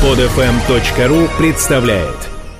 Podfm.ru представляет.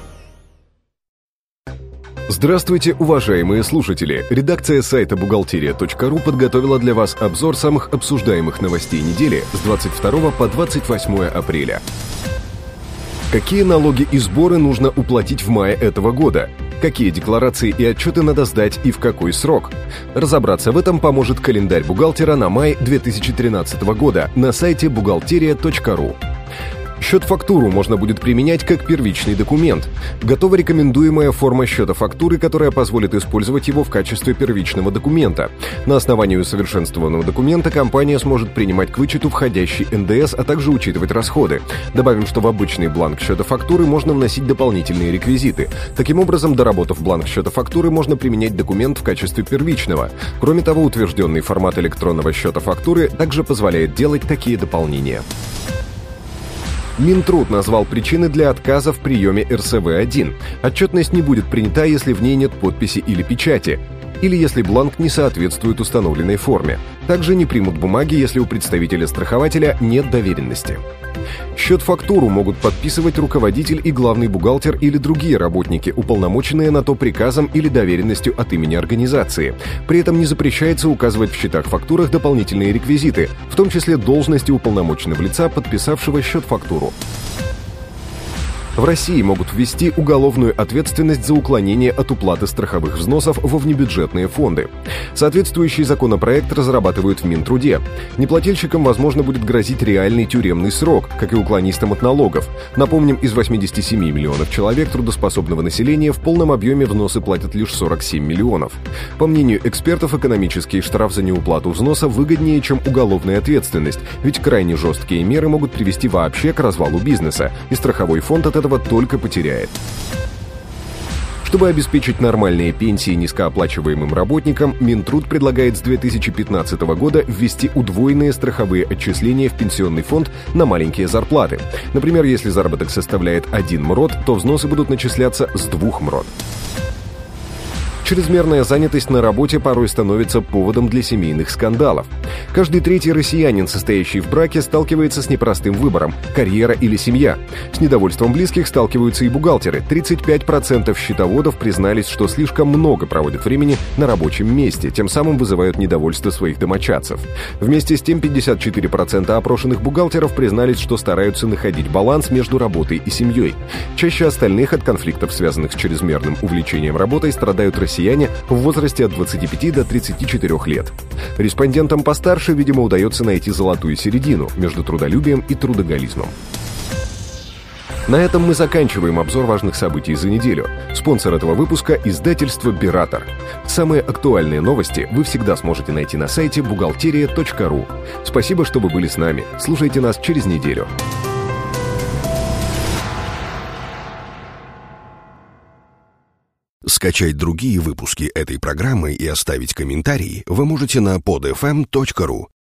Здравствуйте, уважаемые слушатели! Редакция сайта бухгалтерия.ру подготовила для вас обзор самых обсуждаемых новостей недели с 22 по 28 апреля. Какие налоги и сборы нужно уплатить в мае этого года? Какие декларации и отчеты надо сдать и в какой срок? Разобраться в этом поможет календарь бухгалтера на май 2013 года на сайте бухгалтерия.ру. Счет-фактуру можно будет применять как первичный документ. Готова рекомендуемая форма счета-фактуры, которая позволит использовать его в качестве первичного документа. На основании усовершенствованного документа компания сможет принимать к вычету входящий НДС, а также учитывать расходы. Добавим, что в обычный бланк счета-фактуры можно вносить дополнительные реквизиты. Таким образом, доработав бланк счета-фактуры, можно применять документ в качестве первичного. Кроме того, утвержденный формат электронного счета-фактуры также позволяет делать такие дополнения. Минтруд назвал причины для отказа в приеме РСВ-1. Отчетность не будет принята, если в ней нет подписи или печати, или если бланк не соответствует установленной форме. Также не примут бумаги, если у представителя-страхователя нет доверенности. Счет-фактуру могут подписывать руководитель и главный бухгалтер или другие работники, уполномоченные на то приказом или доверенностью от имени организации. При этом не запрещается указывать в счетах-фактурах дополнительные реквизиты, в том числе должности уполномоченного лица, подписавшего счет-фактуру. В России могут ввести уголовную ответственность за уклонение от уплаты страховых взносов во внебюджетные фонды. Соответствующий законопроект разрабатывают в Минтруде. Неплательщикам, возможно, будет грозить реальный тюремный срок, как и уклонистам от налогов. Напомним, из 87 миллионов человек трудоспособного населения в полном объеме взносы платят лишь 47 миллионов. По мнению экспертов, экономический штраф за неуплату взноса выгоднее, чем уголовная ответственность, ведь крайне жесткие меры могут привести вообще к развалу бизнеса, и страховой фонд от этого только потеряет. Чтобы обеспечить нормальные пенсии низкооплачиваемым работникам, Минтруд предлагает с 2015 года ввести удвоенные страховые отчисления в пенсионный фонд на маленькие зарплаты. Например, если заработок составляет 1 МРОТ, то взносы будут начисляться с 2 МРОТ. Чрезмерная занятость на работе порой становится поводом для семейных скандалов. Каждый третий россиянин, состоящий в браке, сталкивается с непростым выбором – карьера или семья. С недовольством близких сталкиваются и бухгалтеры. 35% счетоводов признались, что слишком много проводят времени на рабочем месте, тем самым вызывают недовольство своих домочадцев. Вместе с тем 54% опрошенных бухгалтеров признались, что стараются находить баланс между работой и семьей. Чаще остальных от конфликтов, связанных с чрезмерным увлечением работой, страдают россияне в возрасте от 25 до 34 лет. Респондентам постарше, видимо, удается найти золотую середину между трудолюбием и трудоголизмом. На этом мы заканчиваем обзор важных событий за неделю. Спонсор этого выпуска – издательство «Биратор». Самые актуальные новости вы всегда сможете найти на сайте бухгалтерия.ру. Спасибо, что вы были с нами. Слушайте нас через неделю. Скачать другие выпуски этой программы и оставить комментарии вы можете на podfm.ru.